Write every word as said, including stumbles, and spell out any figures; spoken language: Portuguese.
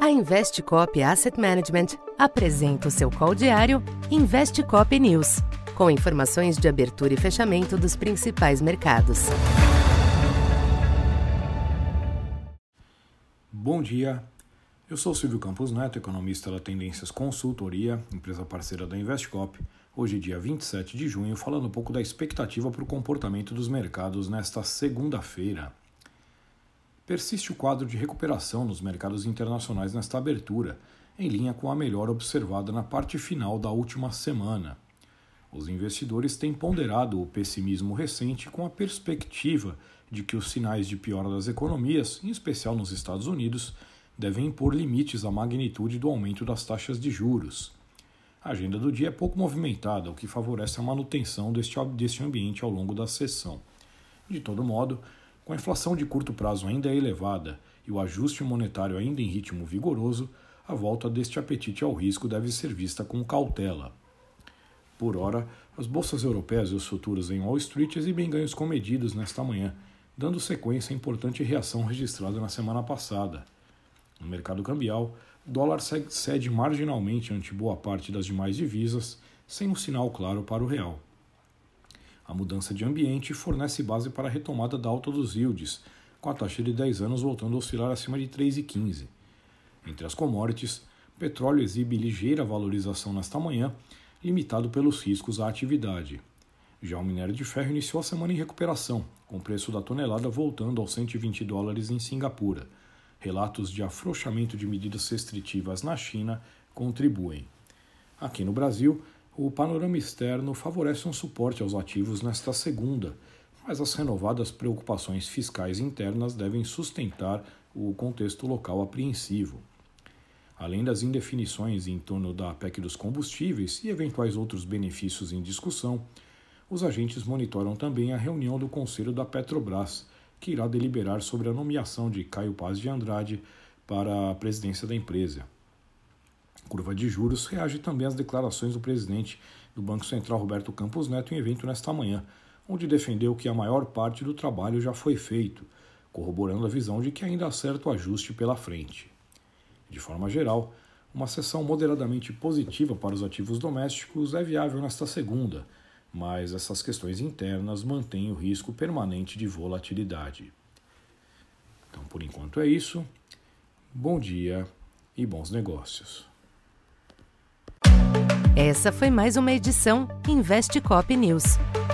A Investcop Asset Management apresenta o seu call diário Investcop News, com informações de abertura e fechamento dos principais mercados. Bom dia, eu sou Silvio Campos Neto, economista da Tendências Consultoria, empresa parceira da Investcop. Hoje, dia vinte e sete de junho, falando um pouco da expectativa para o comportamento dos mercados nesta segunda-feira. Persiste o quadro de recuperação nos mercados internacionais nesta abertura, em linha com a melhora observada na parte final da última semana. Os investidores têm ponderado o pessimismo recente com a perspectiva de que os sinais de piora das economias, em especial nos Estados Unidos, devem impor limites à magnitude do aumento das taxas de juros. A agenda do dia é pouco movimentada, o que favorece a manutenção deste, deste ambiente ao longo da sessão. De todo modo, com a inflação de curto prazo ainda elevada e o ajuste monetário ainda em ritmo vigoroso, a volta deste apetite ao risco deve ser vista com cautela. Por ora, as bolsas europeias e os futuros em Wall Street exibem ganhos comedidos nesta manhã, dando sequência à importante reação registrada na semana passada. No mercado cambial, o dólar cede marginalmente ante boa parte das demais divisas, sem um sinal claro para o real. A mudança de ambiente fornece base para a retomada da alta dos yields, com a taxa de dez anos voltando a oscilar acima de três vírgula quinze. Entre as commodities, o petróleo exibe ligeira valorização nesta manhã, limitado pelos riscos à atividade. Já o minério de ferro iniciou a semana em recuperação, com o preço da tonelada voltando aos cento e vinte dólares em Singapura. Relatos de afrouxamento de medidas restritivas na China contribuem. Aqui no Brasil, o panorama externo favorece um suporte aos ativos nesta segunda, mas as renovadas preocupações fiscais internas devem sustentar o contexto local apreensivo. Além das indefinições em torno da P E C dos combustíveis e eventuais outros benefícios em discussão, os agentes monitoram também a reunião do Conselho da Petrobras, que irá deliberar sobre a nomeação de Caio Paz de Andrade para a presidência da empresa. A curva de juros reage também às declarações do presidente do Banco Central, Roberto Campos Neto, em evento nesta manhã, onde defendeu que a maior parte do trabalho já foi feito, corroborando a visão de que ainda há certo ajuste pela frente. De forma geral, uma sessão moderadamente positiva para os ativos domésticos é viável nesta segunda, mas essas questões internas mantêm o risco permanente de volatilidade. Então, por enquanto é isso. Bom dia e bons negócios. Essa foi mais uma edição Investcop News.